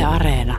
Areena.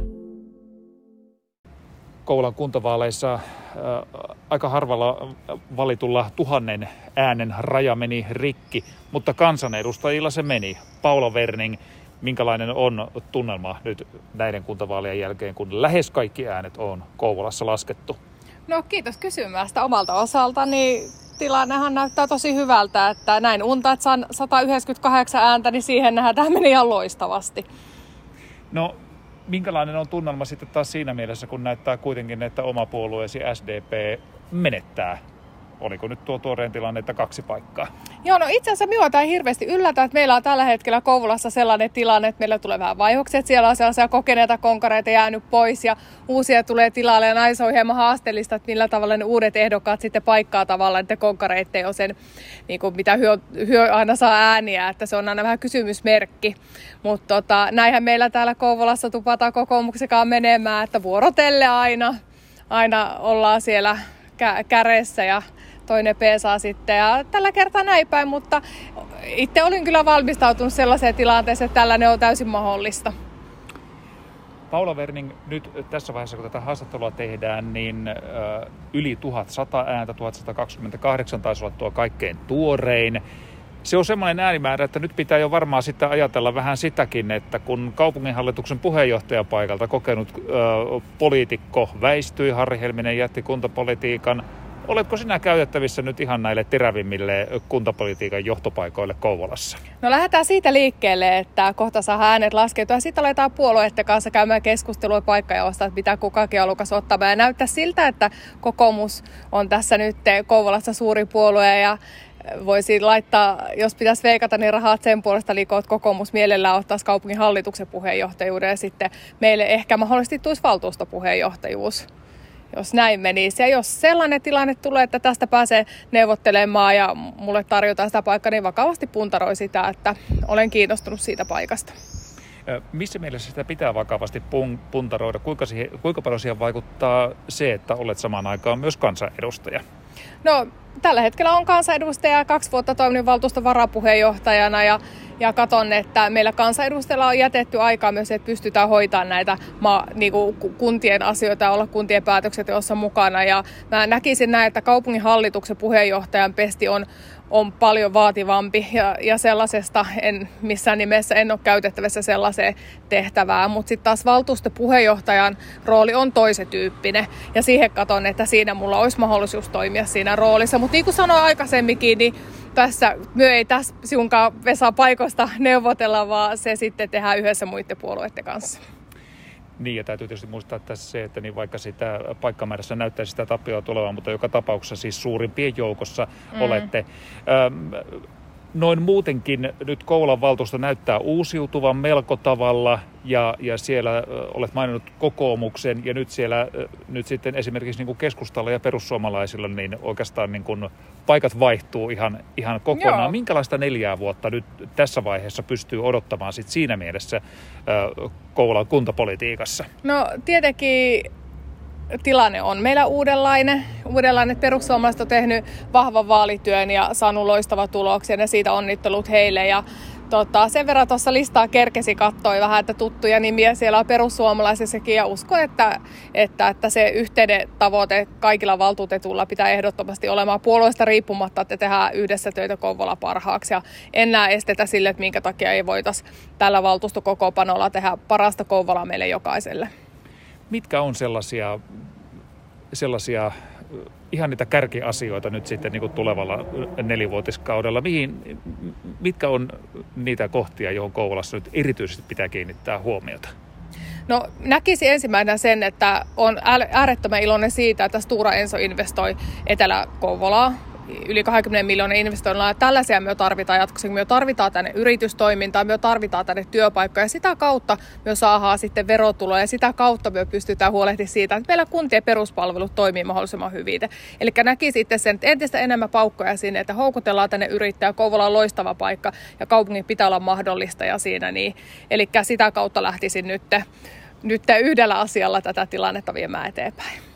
Kouvolan kuntavaaleissa aika harvalla valitulla 1000 äänen raja meni rikki, mutta kansanedustajilla se meni. Paula Werning, minkälainen on tunnelma nyt näiden kuntavaalien jälkeen, kun lähes kaikki äänet on Kouvolassa laskettu? No kiitos kysymästä omalta osaltani. Tilannehan näyttää tosi hyvältä, että näin unta, että saan 198 ääntä, niin siihen nähdään, tämä meni ihan loistavasti. No, minkälainen on tunnelma sitten taas siinä mielessä, kun näyttää kuitenkin, että oma puolueesi SDP menettää? Oliko nyt tuo tuoreen tilanne, että 2 paikkaa? Joo, no itse asiassa minua tämä hirveästi yllätä, että meillä on tällä hetkellä Kouvolassa sellainen tilanne, että meillä tulee vähän vaihokset. Siellä on sellaisia kokeneita konkareita jäänyt pois ja uusia tulee tilalle. Ja näin se on hieman haasteellista, että millä tavalla ne uudet ehdokkaat sitten paikkaa tavallaan, että konkareita ei ole sen, niin kuin mitä hyö aina saa ääniä, että se on aina vähän kysymysmerkki. Mutta näinhän meillä täällä Kouvolassa tupataan kokoomuksekaan menemään, että vuorotelle aina ollaan siellä kädessä ja toinen peesaa sitten ja tällä kertaa näin päin, mutta itse olin kyllä valmistautunut sellaiseen tilanteeseen, että tällainen on täysin mahdollista. Paula Werning, nyt tässä vaiheessa kun tätä haastattelua tehdään, niin yli 1100 ääntä, 1128 taisi olla tuo kaikkein tuorein. Se on semmoinen äänimäärä, että nyt pitää jo varmaan sitten ajatella vähän sitäkin, että kun kaupunginhallituksen puheenjohtajapaikalta kokenut poliitikko väistyi, Harri Helminen jätti kuntapolitiikan. Oletko sinä käytettävissä nyt ihan näille terävimmille kuntapolitiikan johtopaikoille Kouvolassa? No lähdetään siitä liikkeelle, että kohta saa äänet laskeutua ja sitten aletaan puolueiden kanssa käymään keskustelua paikkajaosta, että mitä kukakin on halukas ottaa. Ja näyttää siltä, että kokoomus on tässä nyt Kouvolassa suuri puolue ja voisi laittaa, jos pitäisi veikata, niin rahat sen puolesta liikoa, että kokoomus mielellään ottaisi kaupungin hallituksen puheenjohtajuuden ja sitten meille ehkä mahdollisesti tulisi valtuustopuheenjohtajuus, jos näin menisi. Ja jos sellainen tilanne tulee, että tästä pääsee neuvottelemaan ja mulle tarjotaan sitä paikkaa, niin vakavasti puntaroi sitä, että olen kiinnostunut siitä paikasta. Missä mielessä sitä pitää vakavasti puntaroida? Kuinka paljon siihen vaikuttaa se, että olet samaan aikaan myös kansanedustaja? No, tällä hetkellä on kansanedustaja 2 vuotta toiminut valtuuston varapuheenjohtajana ja katson, että meillä kansanedustajilla on jätetty aikaa myös, että pystytään hoitamaan näitä kuntien asioita ja olla kuntien päätöksenteossa mukana. Ja mä näkisin näin, että kaupungin hallituksen puheenjohtajan pesti on paljon vaativampi ja sellaisesta en missään nimessä en ole käytettävissä sellaiseen tehtävään, mutta sitten taas valtuustopuheenjohtajan rooli on toisen tyyppinen ja siihen katson, että siinä mulla olisi mahdollisuus toimia siinä roolissa, mutta niin kuin sanoin aikaisemminkin, niin me ei tässä sinunkaan Vesa paikoista neuvotella, vaan se sitten tehdään yhdessä muiden puolueiden kanssa. Niin, ja täytyy tietysti muistaa tässä se, että niin vaikka sitä paikkamäärässä näyttäisi sitä tappioa tulevan, mutta joka tapauksessa siis suurimpien joukossa olette. Noin muutenkin nyt Kouvolan valtuusto näyttää uusiutuvan melko tavalla ja siellä olet maininnut kokoomuksen ja nyt sitten esimerkiksi niin kuin keskustalla ja perussuomalaisilla niin oikeastaan niin kuin paikat vaihtuu ihan kokonaan. Joo. Minkälaista 4 vuotta nyt tässä vaiheessa pystyy odottamaan sit siinä mielessä Kouvolan kuntapolitiikassa? No tietenkin tilanne on meillä uudenlainen. Perussuomalaiset on tehnyt vahvan vaalityön ja saanut loistavat tuloksia ja siitä onnittelut heille. Ja sen verran tuossa listaa kerkesi kattoi vähän, että tuttuja nimiä siellä on perussuomalaisissakin ja uskon, että se yhteinen tavoite kaikilla valtuutetulla pitää ehdottomasti olemaan puolueesta riippumatta, että tehdään yhdessä töitä Kouvola parhaaksi. Ja en näe estetä sille, että minkä takia ei voitaisi tällä valtuustokokoonpanolla tehdä parasta Kouvolaa meille jokaiselle. Mitkä on sellaisia ihan niitä kärkiasioita nyt sitten niin kuin tulevalla 4-vuotiskaudella? Mitkä on niitä kohtia, johon Kouvolassa nyt erityisesti pitää kiinnittää huomiota? No näkisin ensimmäisenä sen, että on äärettömän iloinen siitä, että Stora Enso investoi Etelä-Kouvolaa. Yli 20 miljoonan investoinnilla. Tällaisia me tarvitaan jatkossa. Me tarvitaan tänne yritystoimintaa, me tarvitaan tänne työpaikkoja. Sitä kautta me saadaan sitten verotuloja ja sitä kautta me pystytään huolehtimaan siitä, että meillä kuntien peruspalvelut toimii mahdollisimman hyvin. Eli näki sitten sen, että entistä enemmän paukkoja sinne, että houkutellaan tänne yrittäjä. Kouvola on loistava paikka ja kaupungin pitää olla mahdollista ja siinä niin. Eli sitä kautta lähtisin nyt yhdellä asialla tätä tilannetta viemään eteenpäin.